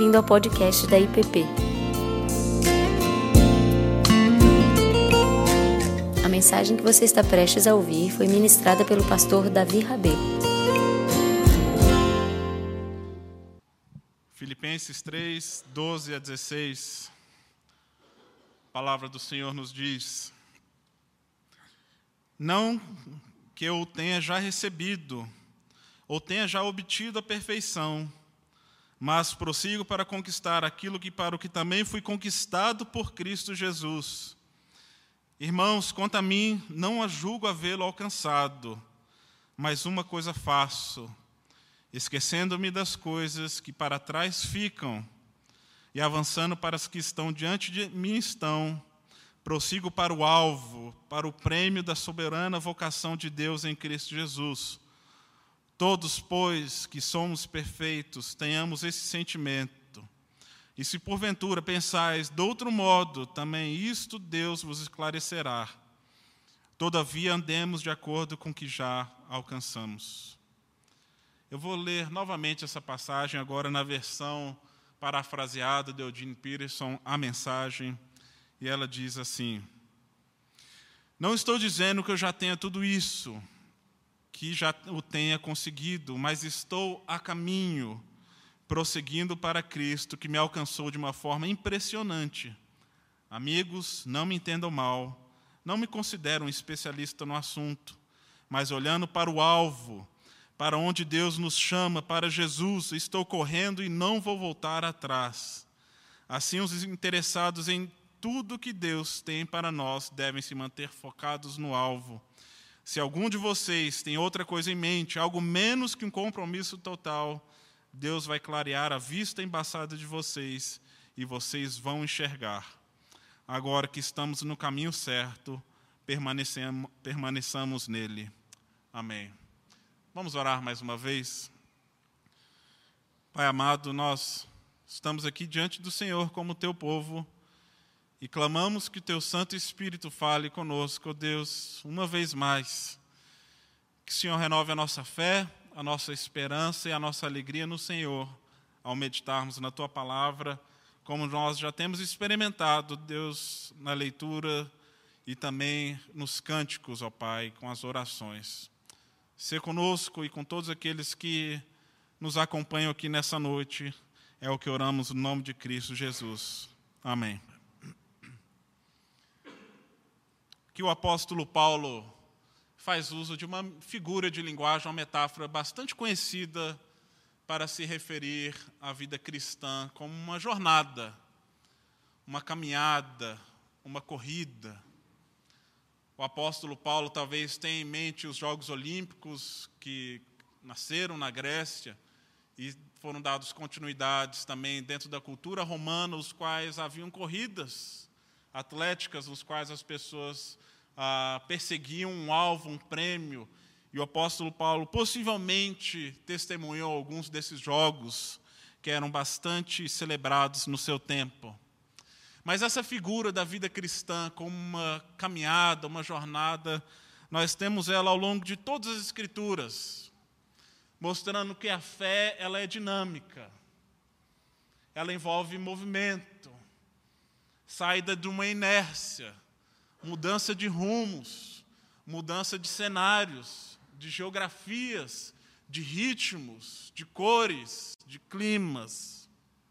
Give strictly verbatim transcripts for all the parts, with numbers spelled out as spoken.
bem-vindo ao podcast da I P P. A mensagem que você está prestes a ouvir foi ministrada pelo pastor Davi Rabê. Filipenses três, doze a dezesseis, a palavra do Senhor nos diz: não que eu tenha já recebido, ou tenha já obtido a perfeição, mas prossigo para conquistar aquilo que para o que também fui conquistado por Cristo Jesus. Irmãos, quanto a mim, não a julgo havê-lo alcançado, mas uma coisa faço, esquecendo-me das coisas que para trás ficam e avançando para as que estão diante de mim estão, prossigo para o alvo, para o prêmio da soberana vocação de Deus em Cristo Jesus. Todos, pois, que somos perfeitos, tenhamos esse sentimento. E se porventura pensais de outro modo, também isto Deus vos esclarecerá. Todavia andemos de acordo com o que já alcançamos. Eu vou ler novamente essa passagem, agora na versão parafraseada de Eugene Peterson, a mensagem, e ela diz assim: não estou dizendo que eu já tenha tudo isso, que já o tenha conseguido, mas estou a caminho, prosseguindo para Cristo, que me alcançou de uma forma impressionante. Amigos, não me entendam mal, não me considero um especialista no assunto, mas olhando para o alvo, para onde Deus nos chama, para Jesus, estou correndo e não vou voltar atrás. Assim, os interessados em tudo que Deus tem para nós devem se manter focados no alvo. Se algum de vocês tem outra coisa em mente, algo menos que um compromisso total, Deus vai clarear a vista embaçada de vocês e vocês vão enxergar. Agora que estamos no caminho certo, permanecemos, permaneçamos nele. Amém. Vamos orar mais uma vez? Pai amado, nós estamos aqui diante do Senhor como teu povo e clamamos que teu Santo Espírito fale conosco, ó Deus, uma vez mais. Que o Senhor renove a nossa fé, a nossa esperança e a nossa alegria no Senhor, ao meditarmos na tua palavra, como nós já temos experimentado, Deus, na leitura e também nos cânticos, ó Pai, com as orações. Ser conosco e com todos aqueles que nos acompanham aqui nessa noite, é o que oramos no nome de Cristo Jesus. Amém. Que o apóstolo Paulo faz uso de uma figura de linguagem, uma metáfora bastante conhecida para se referir à vida cristã como uma jornada, uma caminhada, uma corrida. O apóstolo Paulo talvez tenha em mente os Jogos Olímpicos que nasceram na Grécia e foram dados continuidades também dentro da cultura romana, os quais haviam corridas atléticas, nos quais as pessoas ah, perseguiam um alvo, um prêmio, e o apóstolo Paulo possivelmente testemunhou alguns desses jogos que eram bastante celebrados no seu tempo. Mas essa figura da vida cristã como uma caminhada, uma jornada, nós temos ela ao longo de todas as Escrituras, mostrando que a fé ela é dinâmica, ela envolve movimento, saída de uma inércia, mudança de rumos, mudança de cenários, de geografias, de ritmos, de cores, de climas.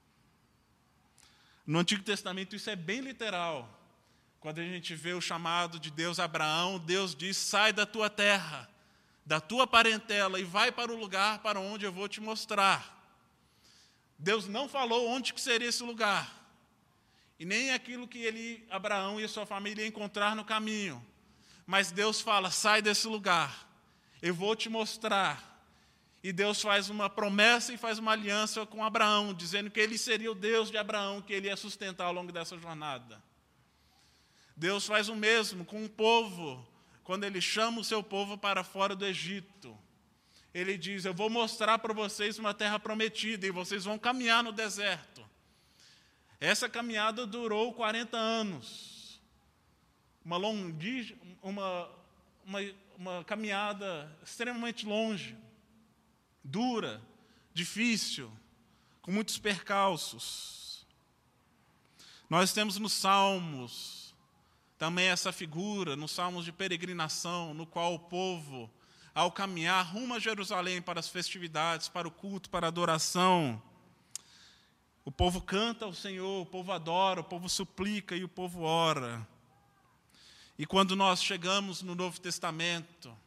No Antigo Testamento isso é bem literal. Quando a gente vê o chamado de Deus a Abraão, Deus diz: sai da tua terra, da tua parentela e vai para o lugar para onde eu vou te mostrar. Deus não falou onde que seria esse lugar. E nem aquilo que ele, Abraão e a sua família iam encontrar no caminho. Mas Deus fala: sai desse lugar, eu vou te mostrar. E Deus faz uma promessa e faz uma aliança com Abraão, dizendo que ele seria o Deus de Abraão, que ele ia sustentar ao longo dessa jornada. Deus faz o mesmo com o povo, quando ele chama o seu povo para fora do Egito. Ele diz: eu vou mostrar para vocês uma terra prometida, e vocês vão caminhar no deserto. Essa caminhada durou quarenta anos, uma, longi, uma, uma, uma caminhada extremamente longe, dura, difícil, com muitos percalços. Nós temos nos Salmos também essa figura, nos Salmos de peregrinação, no qual o povo, ao caminhar rumo a Jerusalém para as festividades, para o culto, para a adoração, o povo canta ao Senhor, o povo adora, o povo suplica e o povo ora. E quando nós chegamos no Novo Testamento,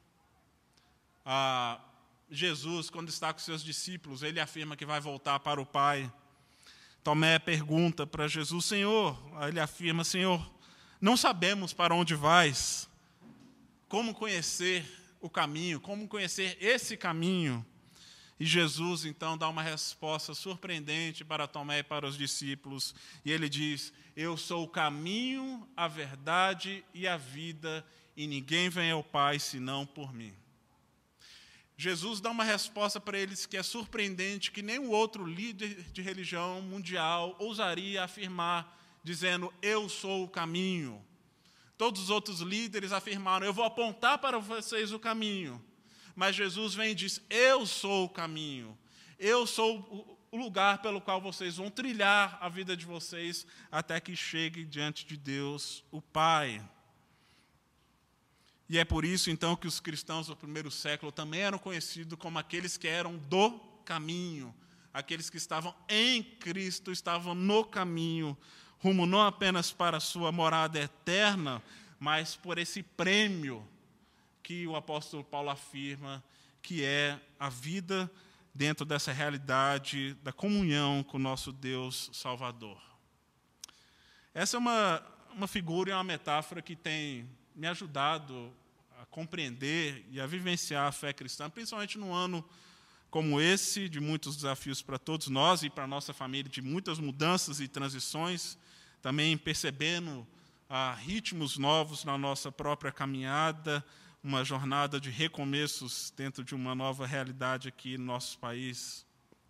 a Jesus, quando está com seus discípulos, ele afirma que vai voltar para o Pai. Tomé pergunta para Jesus, Senhor, ele afirma, Senhor, não sabemos para onde vais, como conhecer o caminho, como conhecer esse caminho? E Jesus, então, dá uma resposta surpreendente para Tomé e para os discípulos, e ele diz, eu sou o caminho, a verdade e a vida, e ninguém vem ao Pai senão por mim. Jesus dá uma resposta para eles que é surpreendente, que nenhum outro líder de religião mundial ousaria afirmar, dizendo, eu sou o caminho. Todos os outros líderes afirmaram, eu vou apontar para vocês o caminho. Mas Jesus vem e diz, eu sou o caminho, eu sou o lugar pelo qual vocês vão trilhar a vida de vocês até que chegue diante de Deus, o Pai. E é por isso, então, que os cristãos do primeiro século também eram conhecidos como aqueles que eram do caminho, aqueles que estavam em Cristo, estavam no caminho, rumo não apenas para a sua morada eterna, mas por esse prêmio que o apóstolo Paulo afirma, que é a vida dentro dessa realidade da comunhão com o nosso Deus Salvador. Essa é uma, uma figura e uma metáfora que tem me ajudado a compreender e a vivenciar a fé cristã, principalmente num ano como esse, de muitos desafios para todos nós e para a nossa família, de muitas mudanças e transições, também percebendo ah, ritmos novos na nossa própria caminhada, uma jornada de recomeços dentro de uma nova realidade aqui no nosso país.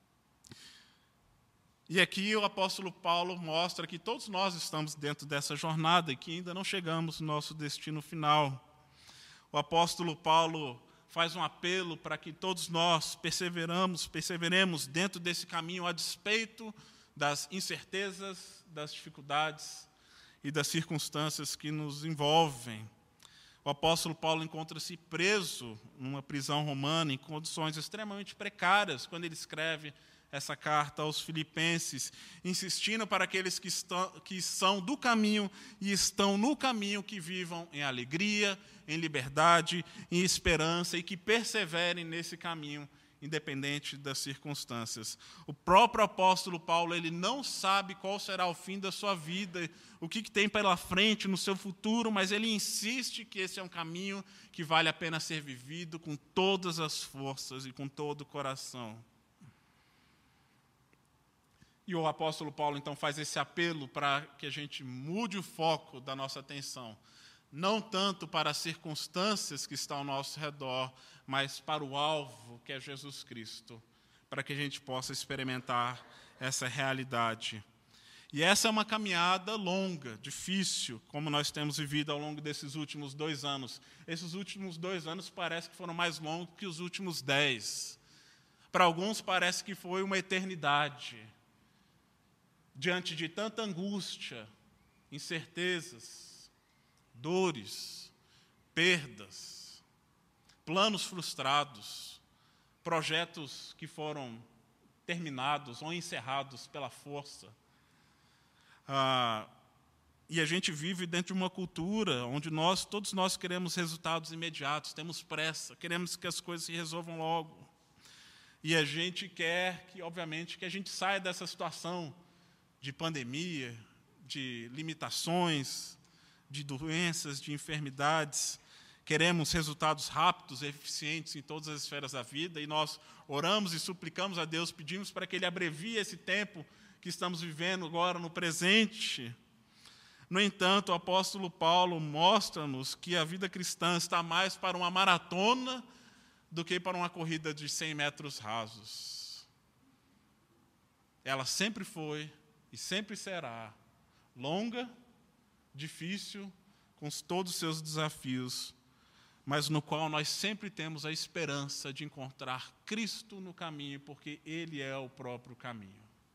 E aqui o apóstolo Paulo mostra que todos nós estamos dentro dessa jornada e que ainda não chegamos no nosso destino final. O apóstolo Paulo faz um apelo para que todos nós perseveramos, perseveremos dentro desse caminho a despeito das incertezas, das dificuldades e das circunstâncias que nos envolvem. O apóstolo Paulo encontra-se preso numa prisão romana em condições extremamente precárias quando ele escreve essa carta aos filipenses, insistindo para aqueles que, estão, que são do caminho e estão no caminho que vivam em alegria, em liberdade, em esperança e que perseverem nesse caminho, independente das circunstâncias. O próprio apóstolo Paulo, ele não sabe qual será o fim da sua vida, o que, que tem pela frente no seu futuro, mas ele insiste que esse é um caminho que vale a pena ser vivido com todas as forças e com todo o coração. E o apóstolo Paulo, então, faz esse apelo para que a gente mude o foco da nossa atenção, não tanto para as circunstâncias que estão ao nosso redor, mas para o alvo, que é Jesus Cristo, para que a gente possa experimentar essa realidade. E essa é uma caminhada longa, difícil, como nós temos vivido ao longo desses últimos dois anos. Esses últimos dois anos parece que foram mais longos que os últimos dez. Para alguns parece que foi uma eternidade. Diante de tanta angústia, incertezas, dores, perdas, planos frustrados, projetos que foram terminados ou encerrados pela força. Ah, e a gente vive dentro de uma cultura onde nós, todos nós queremos resultados imediatos, temos pressa, queremos que as coisas se resolvam logo. E a gente quer que, obviamente, que a gente saia dessa situação de pandemia, de limitações, de doenças, de enfermidades. Queremos resultados rápidos, eficientes em todas as esferas da vida, e nós oramos e suplicamos a Deus, pedimos para que Ele abrevie esse tempo que estamos vivendo agora no presente. No entanto, o apóstolo Paulo mostra-nos que a vida cristã está mais para uma maratona do que para uma corrida de cem metros rasos. Ela sempre foi e sempre será longa, difícil, com todos os seus desafios, mas no qual nós sempre temos a esperança de encontrar Cristo no caminho, porque Ele é o próprio caminho.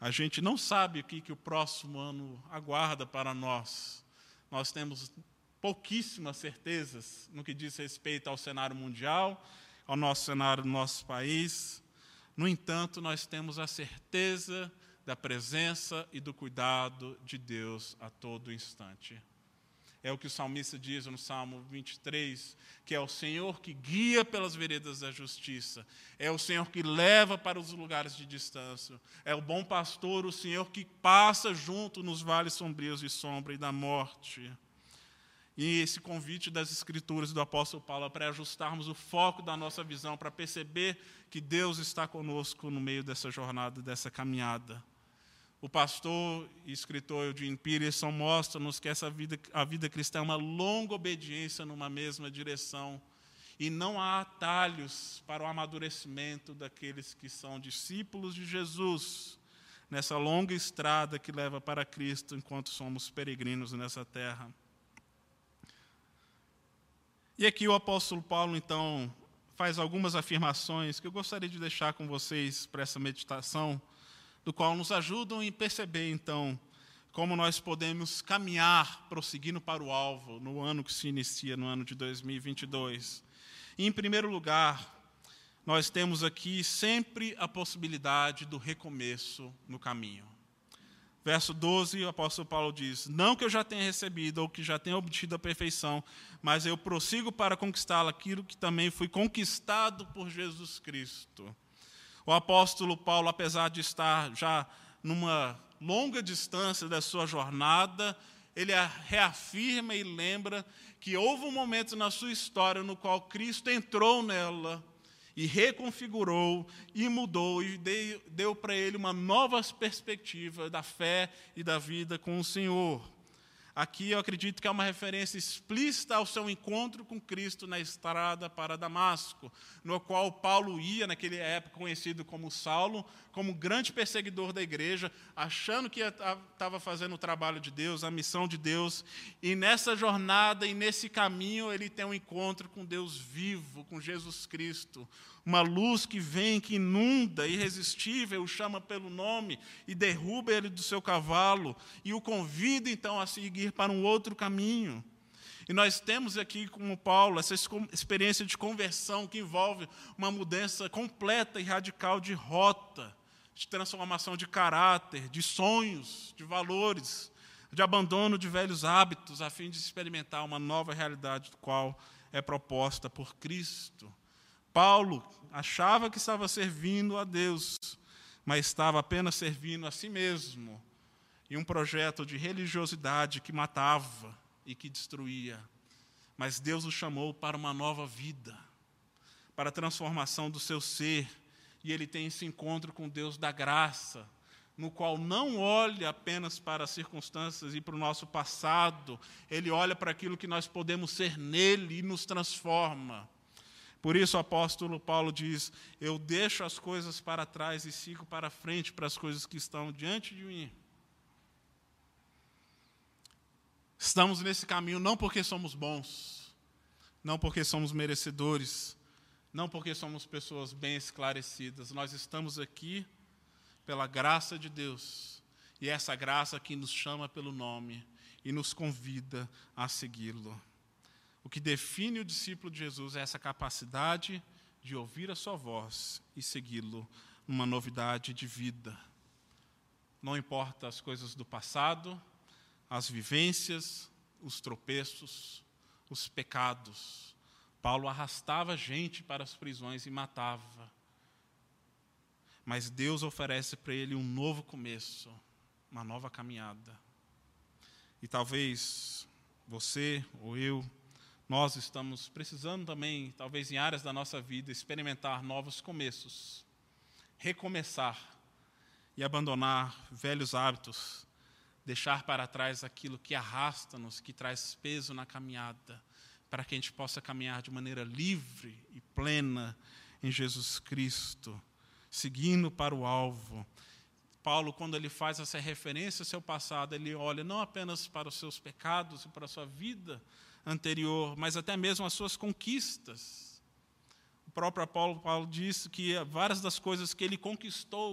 A gente não sabe o que, que o próximo ano aguarda para nós. Nós temos pouquíssimas certezas no que diz respeito ao cenário mundial, ao nosso cenário do nosso país. No entanto, nós temos a certeza da presença e do cuidado de Deus a todo instante. É o que o salmista diz no Salmo vinte e três, que é o Senhor que guia pelas veredas da justiça, é o Senhor que leva para os lugares de distância, é o bom pastor, o Senhor que passa junto nos vales sombrios de sombra e da morte. E esse convite das Escrituras do apóstolo Paulo é para ajustarmos o foco da nossa visão, para perceber que Deus está conosco no meio dessa jornada, dessa caminhada. O pastor e escritor Eugene Peterson mostra-nos que essa vida, a vida cristã é uma longa obediência numa mesma direção, e não há atalhos para o amadurecimento daqueles que são discípulos de Jesus, nessa longa estrada que leva para Cristo enquanto somos peregrinos nessa terra. E aqui o apóstolo Paulo, então, faz algumas afirmações que eu gostaria de deixar com vocês para essa meditação, do qual nos ajudam a perceber, então, como nós podemos caminhar, prosseguindo para o alvo, no ano que se inicia, no ano de dois mil e vinte e dois. E, em primeiro lugar, nós temos aqui sempre a possibilidade do recomeço no caminho. Verso doze, o apóstolo Paulo diz: não que eu já tenha recebido ou que já tenha obtido a perfeição, mas eu prossigo para conquistá-la, aquilo que também foi conquistado por Jesus Cristo. O apóstolo Paulo, apesar de estar já numa longa distância da sua jornada, ele reafirma e lembra que houve um momento na sua história no qual Cristo entrou nela e reconfigurou e mudou e deu, deu para ele uma nova perspectiva da fé e da vida com o Senhor. Aqui eu acredito que é uma referência explícita ao seu encontro com Cristo na estrada para Damasco, no qual Paulo ia, naquela época conhecido como Saulo, como grande perseguidor da igreja, achando que estava fazendo o trabalho de Deus, a missão de Deus, e nessa jornada e nesse caminho ele tem um encontro com Deus vivo, com Jesus Cristo, uma luz que vem, que inunda, irresistível, o chama pelo nome e derruba ele do seu cavalo e o convida, então, a seguir para um outro caminho. E nós temos aqui, como Paulo, essa experiência de conversão que envolve uma mudança completa e radical de rota, de transformação de caráter, de sonhos, de valores, de abandono de velhos hábitos, a fim de experimentar uma nova realidade, do qual é proposta por Cristo. Paulo achava que estava servindo a Deus, mas estava apenas servindo a si mesmo, e um projeto de religiosidade que matava e que destruía. Mas Deus o chamou para uma nova vida, para a transformação do seu ser, e ele tem esse encontro com Deus da graça, no qual não olha apenas para as circunstâncias e para o nosso passado, ele olha para aquilo que nós podemos ser nele e nos transforma. Por isso o apóstolo Paulo diz: eu deixo as coisas para trás e sigo para frente para as coisas que estão diante de mim. Estamos nesse caminho não porque somos bons, não porque somos merecedores, não porque somos pessoas bem esclarecidas. Nós estamos aqui pela graça de Deus, e essa graça que nos chama pelo nome e nos convida a segui-lo. O que define o discípulo de Jesus é essa capacidade de ouvir a sua voz e segui-lo numa novidade de vida. Não importa as coisas do passado, as vivências, os tropeços, os pecados. Paulo arrastava gente para as prisões e matava. Mas Deus oferece para ele um novo começo, uma nova caminhada. E talvez você ou eu, nós estamos precisando também, talvez em áreas da nossa vida, experimentar novos começos, recomeçar e abandonar velhos hábitos, deixar para trás aquilo que arrasta-nos, que traz peso na caminhada, para que a gente possa caminhar de maneira livre e plena em Jesus Cristo, seguindo para o alvo. Paulo, quando ele faz essa referência ao seu passado, ele olha não apenas para os seus pecados e para a sua vida anterior, mas até mesmo as suas conquistas. O próprio Paulo, Paulo disse que várias das coisas que ele conquistou,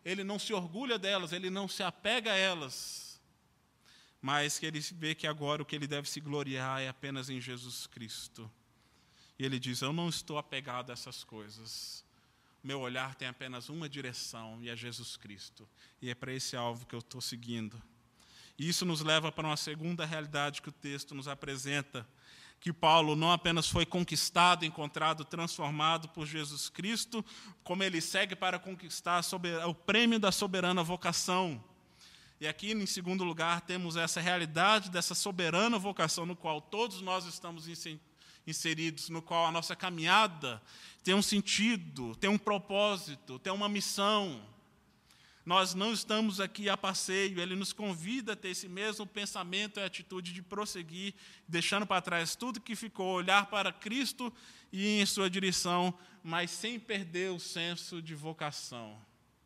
ele não se orgulha delas, ele não se apega a elas, mas que ele vê que agora o que ele deve se gloriar é apenas em Jesus Cristo. E ele diz, eu não estou apegado a essas coisas. Meu olhar tem apenas uma direção, e é Jesus Cristo. E é para esse alvo que eu estou seguindo. E isso nos leva para uma segunda realidade que o texto nos apresenta, que Paulo não apenas foi conquistado, encontrado, transformado por Jesus Cristo, como ele segue para conquistar o prêmio da soberana vocação. E aqui, em segundo lugar, temos essa realidade dessa soberana vocação, no qual todos nós estamos inseridos, no qual a nossa caminhada tem um sentido, tem um propósito, tem uma missão. Nós não estamos aqui a passeio, ele nos convida a ter esse mesmo pensamento e atitude de prosseguir, deixando para trás tudo que ficou, olhar para Cristo e ir em sua direção, mas sem perder o senso de vocação.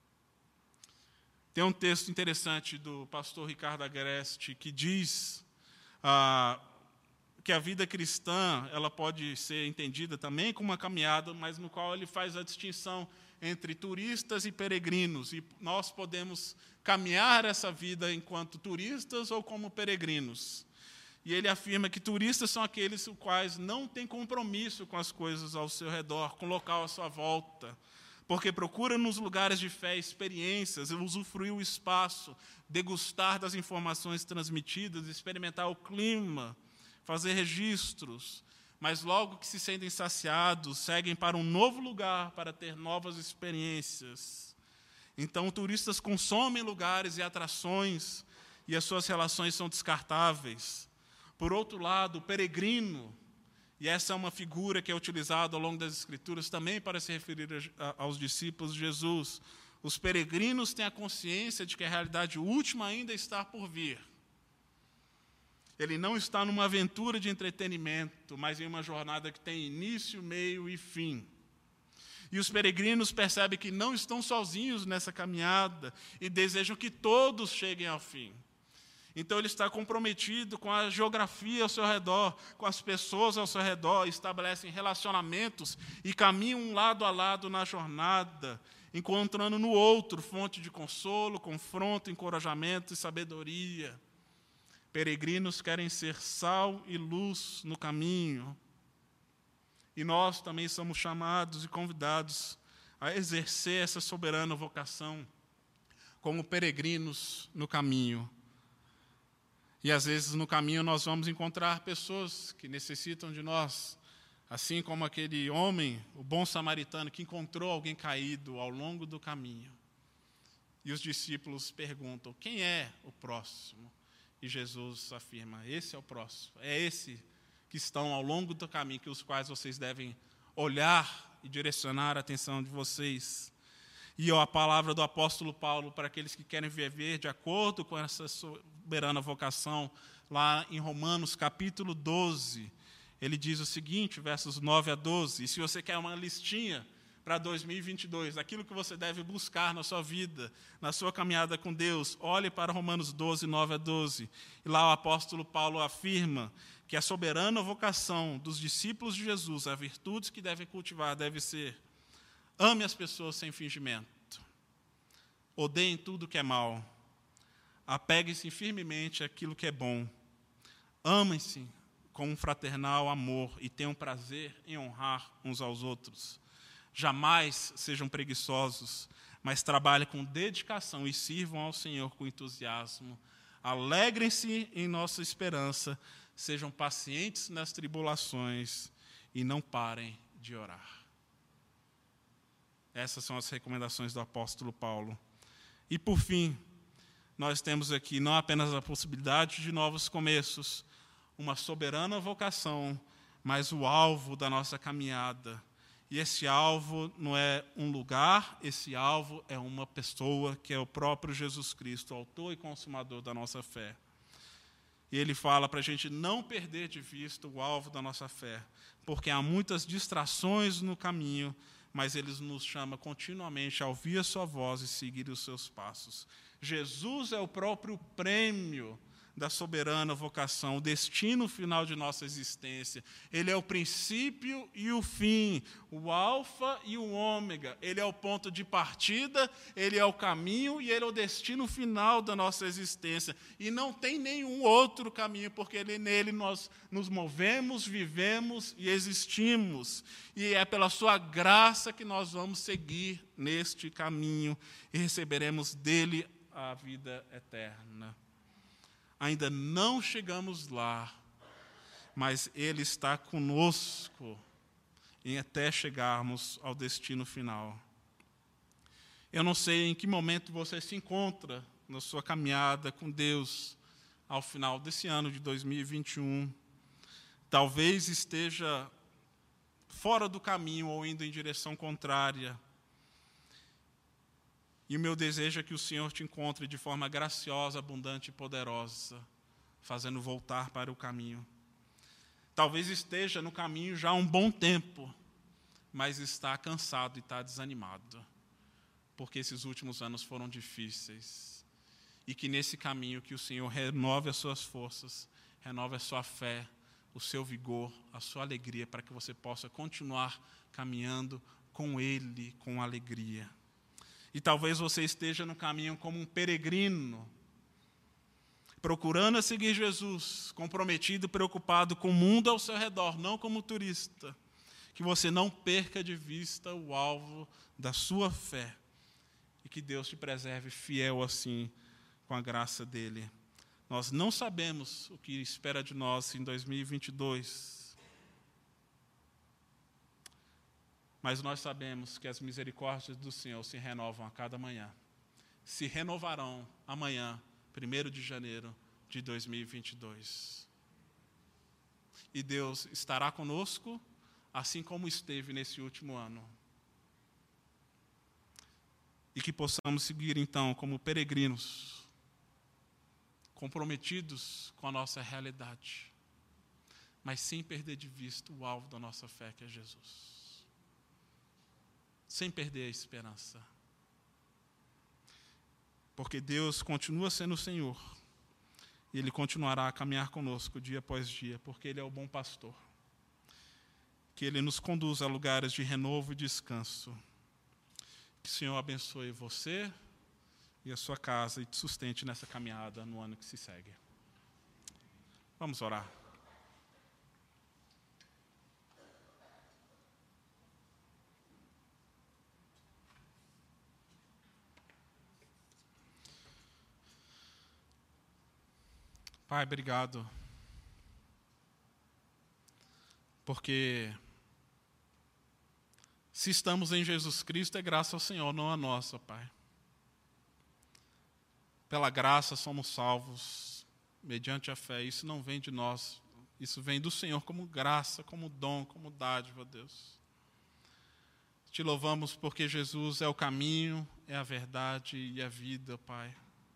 Tem um texto interessante do pastor Ricardo Agreste que diz ah, que a vida cristã ela pode ser entendida também como uma caminhada, mas no qual ele faz a distinção entre turistas e peregrinos, e nós podemos caminhar essa vida enquanto turistas ou como peregrinos. E ele afirma que turistas são aqueles os quais não têm compromisso com as coisas ao seu redor, com o local à sua volta, porque procuram nos lugares de fé experiências, usufruir o espaço, degustar das informações transmitidas, experimentar o clima, fazer registros, mas logo que se sentem saciados, seguem para um novo lugar para ter novas experiências. Então, turistas consomem lugares e atrações, e as suas relações são descartáveis. Por outro lado, o peregrino, e essa é uma figura que é utilizada ao longo das Escrituras também para se referir a, a, aos discípulos de Jesus. Os peregrinos têm a consciência de que a realidade última ainda está por vir. Ele não está numa aventura de entretenimento, mas em uma jornada que tem início, meio e fim. E os peregrinos percebem que não estão sozinhos nessa caminhada e desejam que todos cheguem ao fim. Então ele está comprometido com a geografia ao seu redor, com as pessoas ao seu redor, estabelecem relacionamentos e caminham lado a lado na jornada, encontrando no outro fonte de consolo, confronto, encorajamento e sabedoria. Peregrinos querem ser sal e luz no caminho. E nós também somos chamados e convidados a exercer essa soberana vocação como peregrinos no caminho. E às vezes no caminho nós vamos encontrar pessoas que necessitam de nós, assim como aquele homem, o bom samaritano, que encontrou alguém caído ao longo do caminho. E os discípulos perguntam, quem é o próximo? E Jesus afirma, esse é o próximo, é esse que estão ao longo do caminho, que os quais vocês devem olhar e direcionar a atenção de vocês. E ó, a palavra do apóstolo Paulo para aqueles que querem viver de acordo com essa soberana vocação, lá em Romanos capítulo doze, ele diz o seguinte, versos nove a doze, e se você quer uma listinha para dois mil e vinte e dois, aquilo que você deve buscar na sua vida, na sua caminhada com Deus, olhe para Romanos doze, nove a doze. E lá o apóstolo Paulo afirma que a soberana vocação dos discípulos de Jesus, as virtudes que devem cultivar, deve ser: ame as pessoas sem fingimento, odeiem tudo que é mal, apeguem-se firmemente àquilo que é bom, amem-se com um fraternal amor e tenham prazer em honrar uns aos outros. Jamais sejam preguiçosos, mas trabalhem com dedicação e sirvam ao Senhor com entusiasmo. Alegrem-se em nossa esperança, sejam pacientes nas tribulações e não parem de orar. Essas são as recomendações do apóstolo Paulo. E, por fim, nós temos aqui não apenas a possibilidade de novos começos, uma soberana vocação, mas o alvo da nossa caminhada. E esse alvo não é um lugar, esse alvo é uma pessoa, que é o próprio Jesus Cristo, autor e consumador da nossa fé. E ele fala para a gente não perder de vista o alvo da nossa fé, porque há muitas distrações no caminho, mas ele nos chama continuamente a ouvir a sua voz e seguir os seus passos. Jesus é o próprio prêmio da soberana vocação, o destino final de nossa existência. Ele é o princípio e o fim, o alfa e o ômega. Ele é o ponto de partida, ele é o caminho e ele é o destino final da nossa existência. E não tem nenhum outro caminho, porque ele, nele nós nos movemos, vivemos e existimos. E é pela sua graça que nós vamos seguir neste caminho e receberemos dele a vida eterna. Ainda não chegamos lá, mas ele está conosco em até chegarmos ao destino final. Eu não sei em que momento você se encontra na sua caminhada com Deus ao final desse ano de dois mil e vinte e um. Talvez esteja fora do caminho ou indo em direção contrária. E o meu desejo é que o Senhor te encontre de forma graciosa, abundante e poderosa, fazendo voltar para o caminho. Talvez esteja no caminho já há um bom tempo, mas está cansado e está desanimado, porque esses últimos anos foram difíceis. E que nesse caminho que o Senhor renove as suas forças, renove a sua fé, o seu vigor, a sua alegria, para que você possa continuar caminhando com Ele, com alegria. E talvez você esteja no caminho como um peregrino, procurando a seguir Jesus, comprometido, preocupado com o mundo ao seu redor, não como turista. Que você não perca de vista o alvo da sua fé. E que Deus te preserve fiel assim, com a graça dele. Nós não sabemos o que espera de nós em dois mil e vinte e dois. Mas nós sabemos que as misericórdias do Senhor se renovam a cada manhã. Se renovarão amanhã, primeiro de janeiro de dois mil e vinte e dois. E Deus estará conosco, assim como esteve nesse último ano. E que possamos seguir, então, como peregrinos, comprometidos com a nossa realidade, mas sem perder de vista o alvo da nossa fé, que é Jesus. Sem perder a esperança. Porque Deus continua sendo o Senhor. E Ele continuará a caminhar conosco dia após dia, porque Ele é o bom pastor. Que Ele nos conduza a lugares de renovo e descanso. Que o Senhor abençoe você e a sua casa e te sustente nessa caminhada no ano que se segue. Vamos orar. Pai, obrigado, porque se estamos em Jesus Cristo é graça ao Senhor, não a nossa, Pai. Pela graça somos salvos, mediante a fé. Isso não vem de nós, isso vem do Senhor como graça, como dom, como dádiva, Deus. Te louvamos porque Jesus é o caminho, é a verdade e a vida, Pai.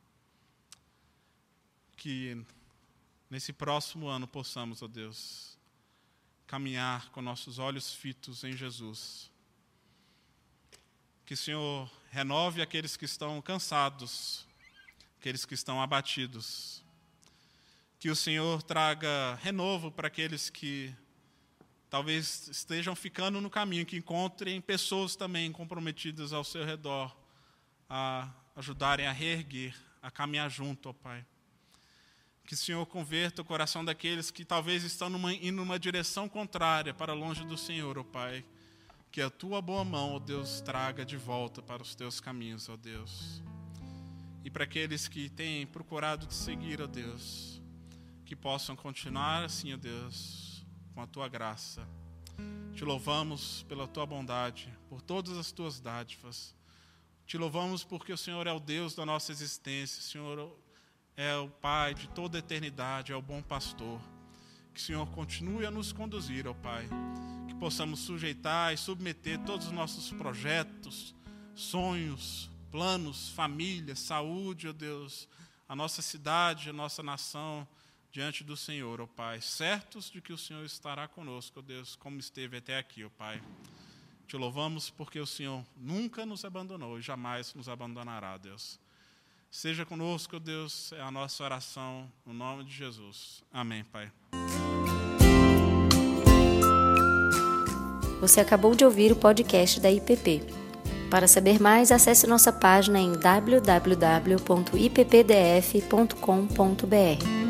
Que nesse próximo ano possamos, ó Deus, caminhar com nossos olhos fitos em Jesus. Que o Senhor renove aqueles que estão cansados, aqueles que estão abatidos. Que o Senhor traga renovo para aqueles que talvez estejam ficando no caminho, que encontrem pessoas também comprometidas ao seu redor, a ajudarem a reerguer, a caminhar junto, ó Pai. Que o Senhor converta o coração daqueles que talvez estão numa, indo numa direção contrária, para longe do Senhor, ó Pai. Que a Tua boa mão, ó Deus, traga de volta para os Teus caminhos, ó Deus. E para aqueles que têm procurado te seguir, ó Deus, que possam continuar assim, ó Deus, com a Tua graça. Te louvamos pela Tua bondade, por todas as Tuas dádivas. Te louvamos porque o Senhor é o Deus da nossa existência, o Senhor é o Pai de toda a eternidade, é o bom pastor. Que o Senhor continue a nos conduzir, ó Pai. Que possamos sujeitar e submeter todos os nossos projetos, sonhos, planos, família, saúde, ó Deus, a nossa cidade, a nossa nação, diante do Senhor, ó Pai. Certos de que o Senhor estará conosco, ó Deus, como esteve até aqui, ó Pai. Te louvamos porque o Senhor nunca nos abandonou e jamais nos abandonará, Deus. Seja conosco, Deus, é a nossa oração, no nome de Jesus. Amém, Pai. Você acabou de ouvir o podcast da I P P. Para saber mais, acesse nossa página em w w w ponto i p p d f ponto com ponto b r.